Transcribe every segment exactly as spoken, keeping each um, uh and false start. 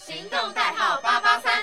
行动代号八八三。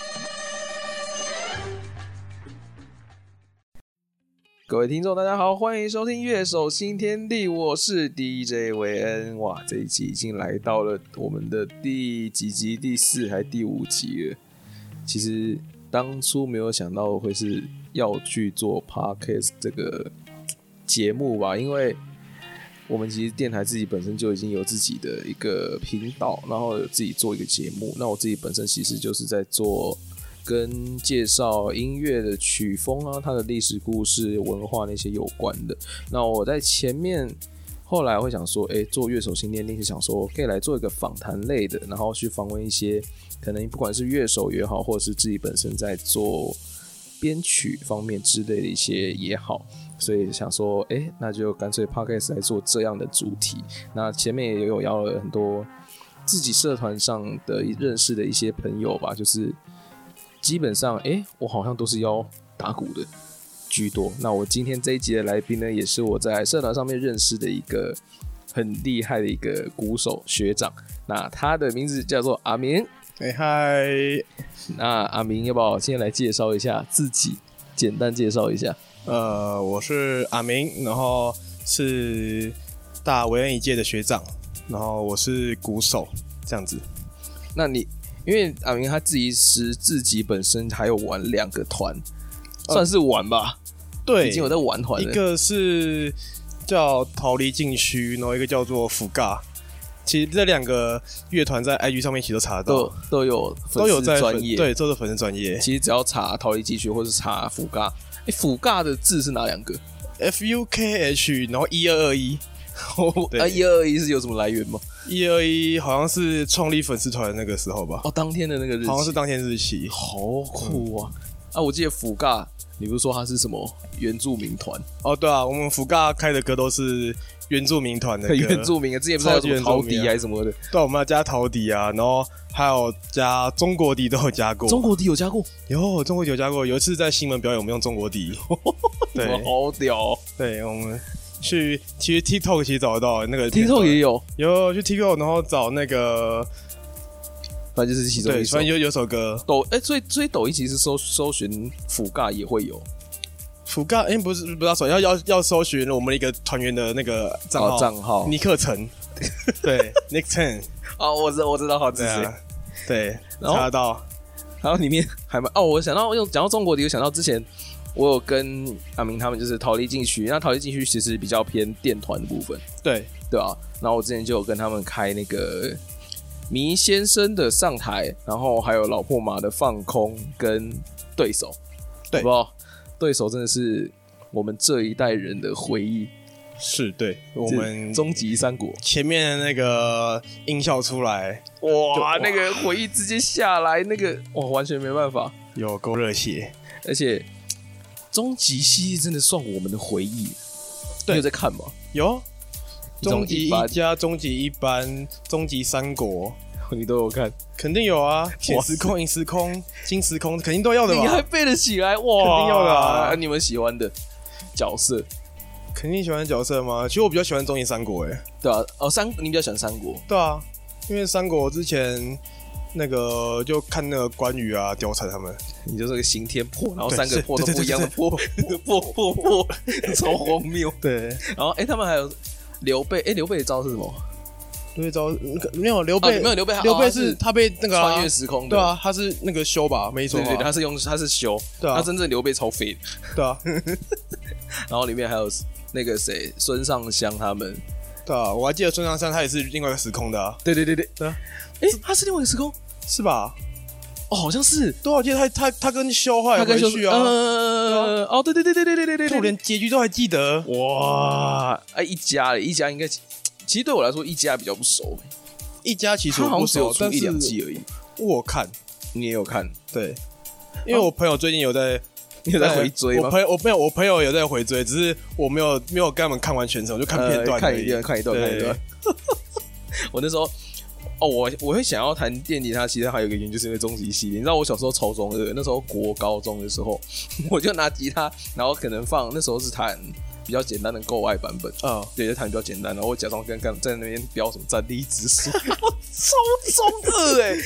各位听众大家好，欢迎收听乐手新天地，我是 D J 韦恩。哇，这一集已经来到了我们的第几集？第四还第五集了。其实当初没有想到会是要去做 Podcast 这个节目吧，因为我们其实电台自己本身就已经有自己的一个频道，然后有自己做一个节目。那我自己本身其实就是在做跟介绍音乐的曲风啊，它的历史故事、文化那些有关的。那我在前面后来会想说，哎、欸，做乐手新天地是想说可以来做一个访谈类的，然后去访问一些可能不管是乐手也好，或者是自己本身在做编曲方面之类的一些也好。所以想说，哎、欸，那就干脆 Podcast 来做这样的主题。那前面也有邀了很多自己社团上的认识的一些朋友吧，就是基本上，哎、欸，我好像都是邀打鼓的居多。那我今天这一集的来宾呢，也是我在社团上面认识的一个很厉害的一个鼓手学长。那他的名字叫做阿明。 哎、欸、嗨， 那阿明要不要先来介绍一下自己，简单介绍一下？ 呃，我是阿明，然后是大韦恩一届的学长，然后我是鼓手，这样子。 那你因为阿明他自己是自己本身还有玩两个团，算是玩吧、呃， 对， 已经有在玩团了。 一个是叫逃离禁区，然后一个叫做福尬。其实这两个乐团在 I G 上面其实都查得到， 都都有都有在专业， 对，都是粉丝专业。 其实只要查逃离禁区或是查福尬，哎、欸，福尬的字是哪两个 ？F U K H， 然后一二二一。 啊，一二二一是有什么来源吗？ 一二一好像是创立粉丝团的那个时候吧？ 哦，当天的那个日期， 好像是当天日期， 好酷啊！嗯、啊，我记得福尬，你不是说他是什么原住民团？ 哦，对啊，我们福尬开的歌都是原住民团的歌， 原住民啊，之前不是有什么陶笛还是什么的？ 对，我们要加陶笛啊，然后还有加中国笛都有加过。 中国笛有加过？ 有，中国笛有加过。有一次在新闻表演，我们用中国笛，对， 好屌、哦。 对，我们去其实 TikTok 其实找得到那个 ，TikTok 也有， 有去 TikTok， 然后找那个， 反正就是其中一首， 对，反正有有首歌抖，哎、欸，所以所以抖音其实搜搜寻福尬也会有。 福尬，哎、欸，不是不知道说要要要搜寻我们一个团员的那个账号， 账、哦、号尼克陈，对 ，Nick Chen， 哦，我知道我知道，好知道， 对，查得到， 然后里面还蛮哦，我想到用讲到中国笛，我想到之前我有跟阿明他们就是逃离禁区，那逃离禁区其实比较偏电团的部分， 对对啊，然后我之前就有跟他们开那个迷先生的上台，然后还有老破马的放空跟对手， 对， 好不好？对手真的是我们这一代人的回忆， 是对我们终极三国前面的那个音效出来， 哇，那个回忆直接下来，那个哇，完全没办法， 有够热血， 而且终极系列真的算我们的回忆。 对， 你有在看吗？ 有，终极一加、终极一班、终极三国。 你都有看？ 肯定有啊！铁时空、银时空、金时空，肯定都要的吧？ 你还背得起来哇？ 肯定要的啊！ 你们喜欢的角色， 肯定喜欢的角色吗？其实我比较喜欢终极三国，哎， 对啊，哦，三你比较喜欢三国？ 对啊，因为三国之前那个就看那个关羽啊、貂蝉他们， 你就是个刑天破，然后三个破都不一样的破，破破破，超荒谬。 对， 然后哎、欸，他们还有刘备，哎、欸，刘备的招是什么？ 刘备招没有刘备、 啊，没有刘备， 刘备是他被那个穿越时空的， 对啊，他是那个修吧，没错， 对对，他是用他是修，对啊，他真正刘备超废的， 对啊， 然后里面还有那个谁孙尚香他们， 对啊，我还记得孙尚香他也是另外一个时空的啊， 对对对对对啊， 哎、欸，他是另外一个时空是吧？哦，好像是， 对啊，我记得他他他跟修后来回去啊， 呃，哦，对对对对对对对对， 我连结局都还记得， 哇，哎、啊，一家一家应该。其实对我来说，一家比较不熟。 一家其实我不熟，但是一两季而已。 我看， 你也有看， 对，因为我朋友最近有在， 你有在回追吗？ 我朋友，我朋友，我朋友有在回追，只是我没有没有跟他们看完全程，我就看片段、呃， 看一段，看一段，看一段。我那时候，哦，我我会想要弹电吉他，其实还有一个原因，就是因为终极系列。你知道，我小时候超中二，那时候国高中的时候，我就拿吉他，然后可能放那时候是弹比较简单的够爱版本， 嗯， 对，就弹比较简单，然后我假装跟跟在那边标什么战力指数，我超中二哎、欸！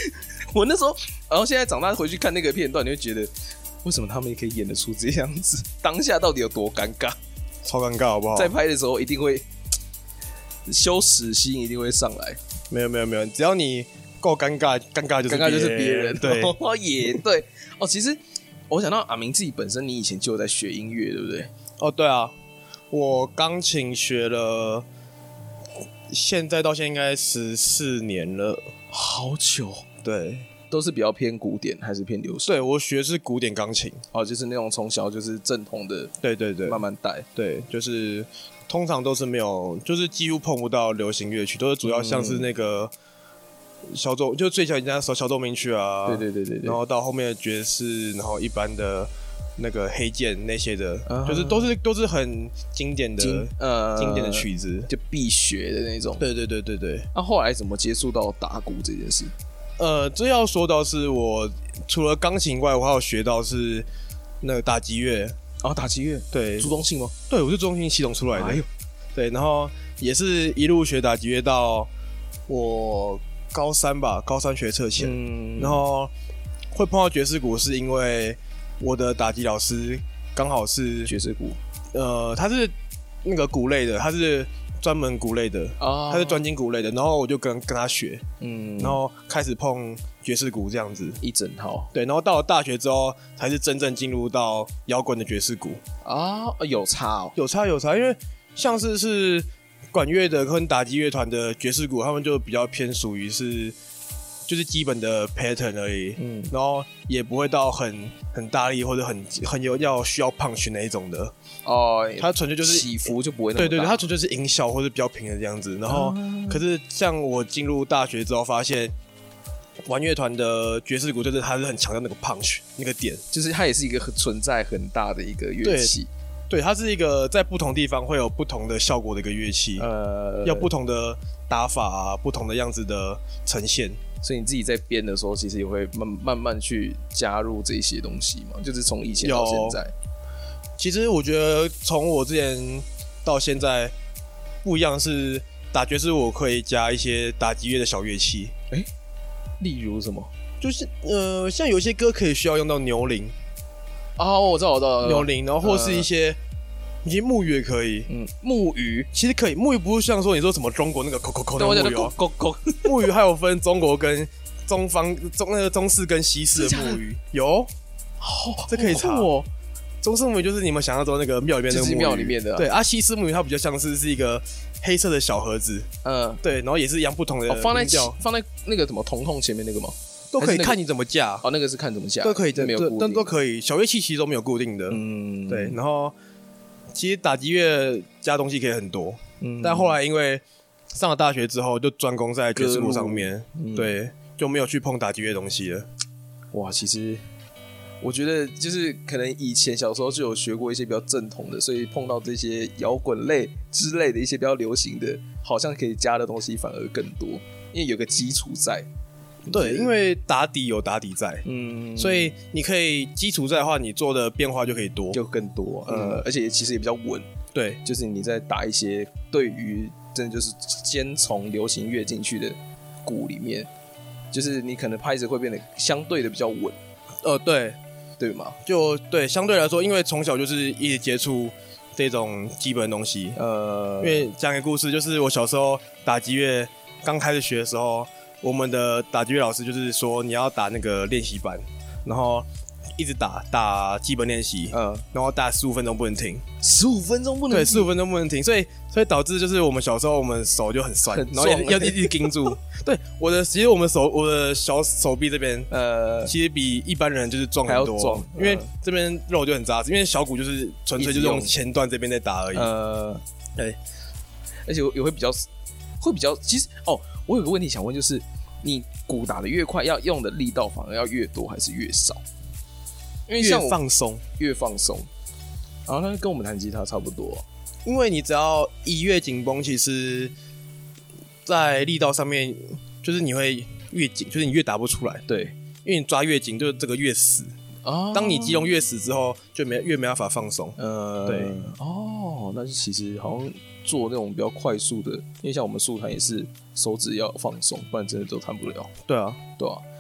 我那时候，然后现在长大回去看那个片段，你会觉得为什么他们也可以演得出这样子？当下到底有多尴尬？ 超尴尬，好不好？ 在拍的时候一定会羞耻心一定会上来。 没有没有没有，只要你够尴尬，尴尬就是尴尬就是别人。 对， 哦也对哦。其实我想到阿明自己本身，你以前就有在学音乐，对不对？ 哦，对啊，我钢琴学了，现在到现在应该十四年了， 好久。 对， 都是比较偏古典还是偏流行？ 对，我学的是古典钢琴， 哦，就是那种从小就是正统的， 对对对， 慢慢带， 对，就是通常都是没有，就是几乎碰不到流行乐曲，都是主要像是那个小奏，就最小人家小小奏鸣曲啊， 对对对对对， 然后到后面的爵士，然后一般的那个黑键那些的， 啊、 就是都是都是很经典的经呃经典的曲子， 就必学的那种。 对对对对对。 那、啊、后来怎么接触到打鼓这件事？ 呃，这要说到是我除了钢琴以外，我还有学到是那个打击乐。 哦，打击乐， 对， 朱宗庆吗？ 对，我是朱宗庆系统出来的。 哎呦， 对，然后也是一路学打击乐到我高三吧，高三学侧弦，嗯、然后会碰到爵士鼓，是因为我的打击老师刚好是爵士鼓， 呃，他是那个鼓类的，他是专门鼓类的， 哦、 他是专精鼓类的，然后我就跟跟他学， 嗯， 然后开始碰爵士鼓这样子， 一整套， 对，然后到了大学之后，才是真正进入到摇滚的爵士鼓啊、哦，有差哦， 有差有差，因为像是是管乐的跟打击乐团的爵士鼓，他们就比较偏属于是就是基本的 pattern 而已，嗯，然后也不会到很很大力或者很很有要需要 punch 那一种的哦， 它纯粹就是起伏就不会那么大， 对对对，它纯粹是音效或者比较平的这样子。然后，嗯、可是像我进入大学之后，发现玩乐团的爵士鼓就是它是很强调那个 punch 那个点， 就是它也是一个很存在很大的一个乐器。 对，它是一个在不同地方会有不同的效果的一个乐器，呃，要不同的打法啊，不同的样子的呈现。 所以你自己在编的时候，其实也会慢慢慢去加入这些东西嘛，就是从以前到现在。 其实我觉得从我之前到现在不一样是打爵士，我可以加一些打击乐的小乐器。 哎、欸，例如什么？ 就是呃，像有一些歌可以需要用到牛铃。 哦，我知道，我知道， 牛铃，然后或是一些。一些木鱼也可以， 嗯，木鱼其实可以，木鱼不是像说你说什么中国那个扣扣扣的木鱼哦， 扣扣木鱼还有分中国跟中方中那个中式跟西式的木鱼，有， 哦， 这可以查哦。中式木鱼就是你们想象中那个庙里面那个木鱼， 庙里面的， 对啊，西式木鱼它比较像是是一个黑色的小盒子，嗯，对，然后也是一样不同的， 放在放在那个什么铜痛前面那个吗？ 都可以看你怎么架， 哦，那个是看怎么架， 都可以， 没有固定， 但都可以，小乐器其实都没有固定的，嗯，对，然后。其实打击乐加东西可以很多，嗯，但后来因为上了大学之后，就专攻在爵士鼓上面，嗯、对，就没有去碰打击乐东西了。 哇，其实我觉得就是可能以前小时候就有学过一些比较正统的，所以碰到这些摇滚类之类的一些比较流行的，好像可以加的东西反而更多，因为有个基础在。 对，因为打底有打底在，嗯，所以你可以基础在的话，你做的变化就可以多， 就更多，嗯，而且其实也比较稳。 对， 就是你在打一些对于真的就是先从流行乐进去的鼓里面，就是你可能拍子会变得相对的比较稳。 呃，对， 对吗？ 就对，相对来说，因为从小就是一直接触这种基本的东西，呃，因为讲个故事，就是我小时候打击乐刚开始学的时候。我们的打击乐老师就是说，你要打那个练习板，然后一直打打基本练习，嗯，然后打十五分钟不能停， 十五分钟不能停， 对，十五分钟不能停，所以所以导致就是我们小时候我们手就很酸，很然后要要一直盯住。对，我的其实我们手我的小手臂这边，呃，其实比一般人就是壮很多，壮，因为这边肉就很扎实，因为小鼓就是纯粹就是用前段这边在打而已，呃，对， 而且也会比较会比较，其实哦。我有个问题想问，就是你鼓打的越快，要用的力道反而要越多还是越少？因为像越放松越放松，然后它跟我们弹吉他差不多。 因为你只要一越紧绷，其实在力道上面，就是你会越紧，就是你越打不出来。 对， 因为你抓越紧，就是这个越死。哦，当你肌肉越死之后，就没越没办法放松。呃，对， 哦，那其实好像。做那种比较快速的，因为像我们速弹也是手指要放松，不然真的都弹不了。 对啊， 对啊。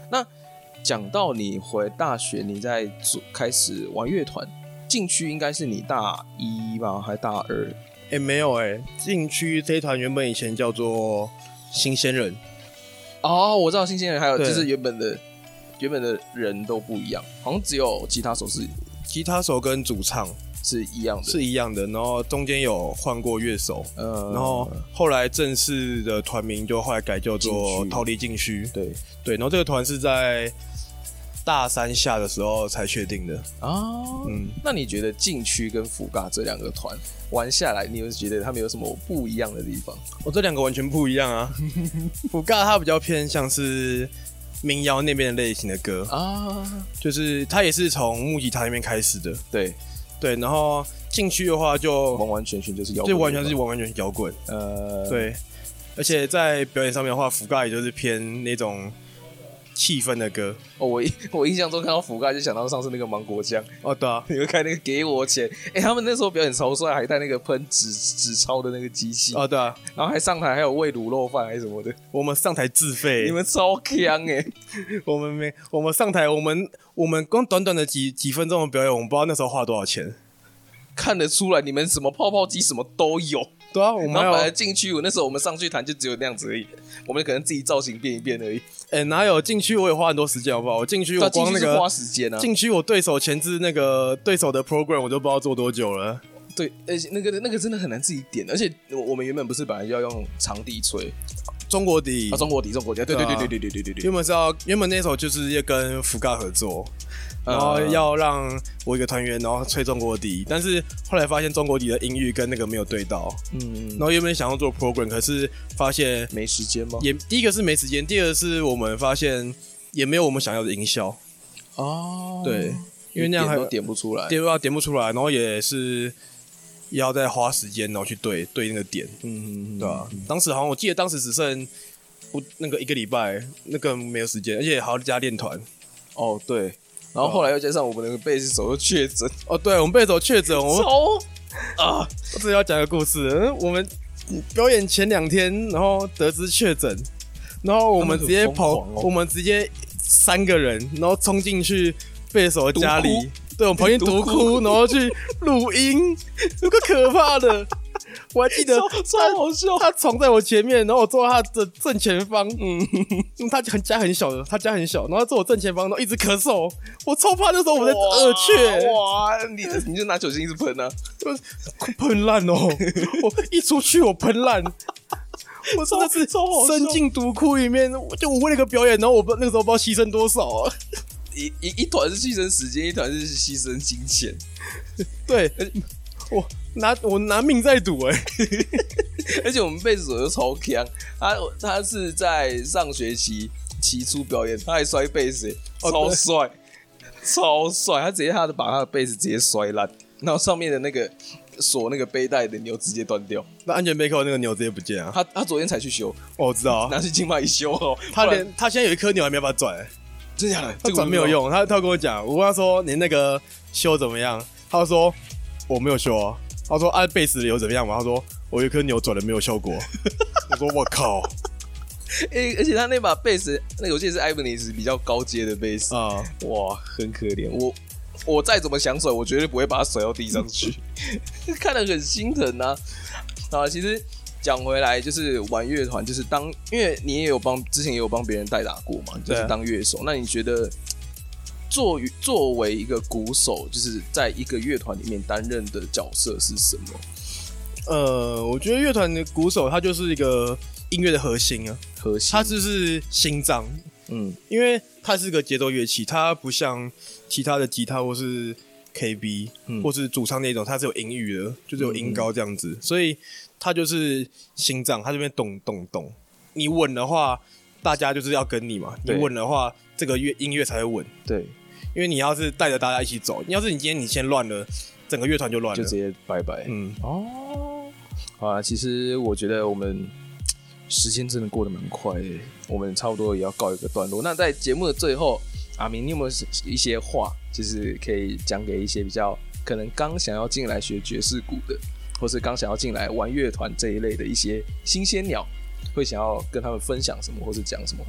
那讲到你回大学，你在做开始玩乐团，进去应该是你大一吧，还大二？ 哎、欸，没有哎、欸，进去这一团原本以前叫做新鲜人。 哦，我知道新鲜人，还有就是原本的原本的人都不一样，好像只有吉他手是吉他手跟主唱是一样的， 是一样的，然后中间有换过乐手， 呃， 然后后来正式的团名就后来改叫做逃离禁区， 对对，然后这个团是在大三下的时候才确定的啊。嗯，那你觉得禁区跟福嘎这两个团玩下来，你有觉得他们有什么不一样的地方？ 哦，这两个完全不一样啊。福嘎它比较偏向是民谣那边的类型的歌啊，就是它也是从木吉他那边开始的， 对对，然后禁区的话就完完全全就是摇滚， 就完全是完完全全摇滚，呃，对，而且在表演上面的话，福嘎也就是偏那种气氛的歌。 哦，我我印象中看到福嘎就想到上次那个芒果酱。 哦，对啊， 你会看那个给我钱，哎、欸，他们那时候表演超帅，还带那个喷纸纸钞的那个机器。 哦，对啊， 然后还上台还有喂卤肉饭还是什么的。 我们上台自费， 你们超强哎、欸！ 我们没，我们上台，我们我们光短短的几几分钟的表演，我们不知道那时候花多少钱。 看得出来，你们什么泡泡机什么都有。 对啊，我们然后本来进去，我那时候我们上去弹就只有那样子而已，我们可能自己造型变一变而已。 哎、欸，哪有进去我也花很多时间，好不好？我进去我光那个花时间啊， 进去我对手前置那个对手的 program 我都不知道做多久了。 对，而且那个那个真的很难自己点，而且我们原本不是本来就要用长笛吹， 中国笛啊，中国笛，中国笛，对对对对对对对对对。 原本是要原本那首就是要跟福嘎合作。然后要让我一个团员，然后吹中国笛，但是后来发现中国笛的音域跟那个没有对到，嗯，然后原本想要做 program， 可是发现没时间吗？ 也第一个是没时间，第二个是我们发现也没有我们想要的音效哦， 对，因为那样还都点不出来， 点不点不出来，然后也是要再花时间，然后去对对那个点，嗯嗯，对吧、啊？当时好像我记得当时只剩不那个一个礼拜，那个没有时间，而且还要加练团， 哦对。然后后来又加上我们那个贝斯手又确诊， 哦，对，我们贝斯手确诊，我们超啊！ 我这要讲个故事，我们表演前两天，然后得知确诊，然后我们直接跑，哦、我们直接三个人，然后冲进去贝斯手的家里，对，我们跑进独窟，然后去录音，有个可怕的。我还记得超好笑， 他床在我前面，然后我坐在他的正前方，嗯，他很家很小的，他家很小，然后坐我正前方，然后一直咳嗽，我超怕那时候我在二确， 哇，你你就拿酒精一直喷啊， 快喷烂哦，我一出去我喷烂，我真的是伸进独窟里面，就我为了一个表演，然后我不那个时候不知道牺牲多少啊， 一一一团是牺牲时间，一团是牺牲金钱， 对。我拿我拿命在赌哎、欸， 而且我们贝斯手又超强，他他是在上学期期初表演，他还摔贝斯，超帅，超帅，他直接他的把他的贝斯直接摔烂，然后上面的那个锁那个背带的钮直接断掉， 那安全背扣那个钮直接不见啊。 他他昨天才去修， 哦、我知道、啊， 拿去金马一修哦， 他连他现在有一颗钮还没办法转、欸， 真的假的？ 他转没有用，他他跟我讲，我问他说你那个修怎么样？他说。我没有修啊，他说按贝斯有怎么样嘛？他说我有一颗钮转了没有效果。我说我靠， 欸，而且他那把贝斯，那我记得是 Ibanez 比较高阶的贝斯啊，哇，很可怜。我我再怎么想甩，我绝对不会把它甩到地上去，看得很心疼啊。啊，其实讲回来，就是玩乐团，就是当因为你也有帮之前也有帮别人代打过嘛，就是当乐手。那你觉得？作作为一个鼓手，就是在一个乐团里面担任的角色是什么？ 呃，我觉得乐团的鼓手他就是一个音乐的核心啊， 核心， 他就是心脏。嗯，因为它是个节奏乐器，它不像其他的吉他或是 K B、嗯、或是主唱那种，它是有音域的，就是有音高这样子，嗯、所以它就是心脏，它这边咚咚咚。你稳的话，大家就是要跟你嘛；你稳的话，这个乐音乐才会稳。 对。 因为你要是带着大家一起走，要是你今天你先乱了，整个乐团就乱了， 就直接拜拜。嗯，哦，好啊，其实我觉得我们时间真的过得蛮快的，我们差不多也要告一个段落。那在节目的最后，阿明，你有没有一些话，就是可以讲给一些比较可能刚想要进来学爵士鼓的，或是刚想要进来玩乐团这一类的一些新鲜鸟，会想要跟他们分享什么，或是讲什么话？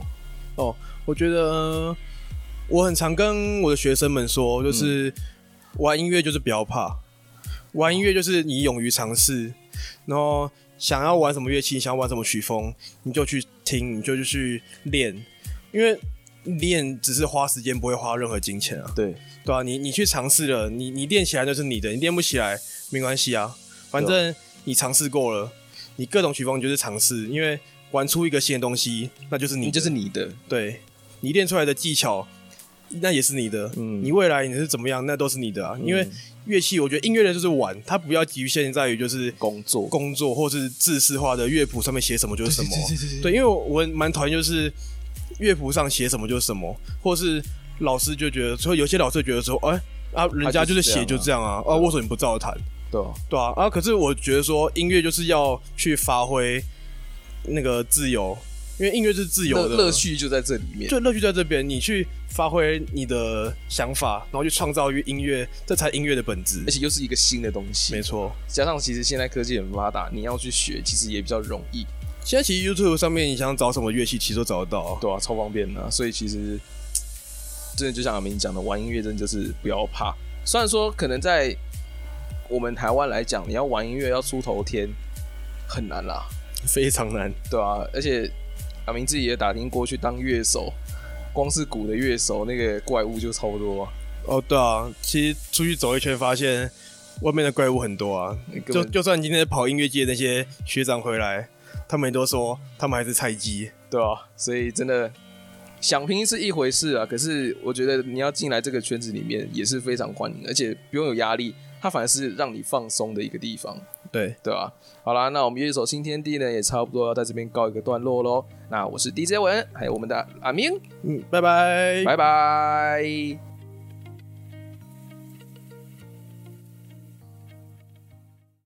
哦，我觉得我很常跟我的学生们说，就是玩音乐就是不要怕，玩音乐就是你勇于尝试，然后想要玩什么乐器，想要玩什么曲风，你就去听，你就去练，因为练只是花时间，不会花任何金钱啊。 对， 对啊，你你去尝试了，你你练起来就是你的，你练不起来没关系啊，反正你尝试过了，你各种曲风你就是尝试，因为玩出一个新的东西，那就是你的， 你就是你的， 对，你练出来的技巧，那也是你的，嗯，你未来你是怎么样，那都是你的啊。嗯、因为乐器，我觉得音乐的就是玩，它不要局限在于就是工作、 工作或是制式化的乐谱上面写什么就是什么。 对, 对, 对, 对, 对，因为我蛮讨厌就是乐谱上写什么就是什么，或是老师就觉得说，有些老师觉得说，哎、欸、啊，人家就是写就这样啊，啊，为什么你不照弹？ 对啊， 对啊，啊，可是我觉得说音乐就是要去发挥那个自由。因为音乐是自由的， 乐趣就在这里面。 就乐趣在这边，你去发挥你的想法，然后去创造音乐，这才音乐的本质。 而且又是一个新的东西， 没错。 加上其实现在科技很发达，你要去学，其实也比较容易。 现在其实 YouTube 上面你想找什么乐器，其实都找得到， 对啊，超方便的、啊。所以其实真的就像阿明讲的，玩音乐真的就是不要怕。虽然说可能在我们台湾来讲，你要玩音乐要出头天很难啦， 非常难， 对啊，而且。阿明自己也打听过去当乐手，光是鼓的乐手那个怪物就超多啊。 哦，对啊，其实出去走一圈发现外面的怪物很多啊。就就算今天跑音乐界的那些学长回来，他们也都说他们还是菜鸡， 对啊，所以真的想拼是一回事啊，可是我觉得你要进来这个圈子里面也是非常欢迎，而且不用有压力，它反而是让你放松的一个地方。 对对啊，好啦，那我们乐手新天地呢也差不多要在这边告一个段落咯。那我是 D J 文，还有我们的阿明， 嗯，拜拜， 拜拜。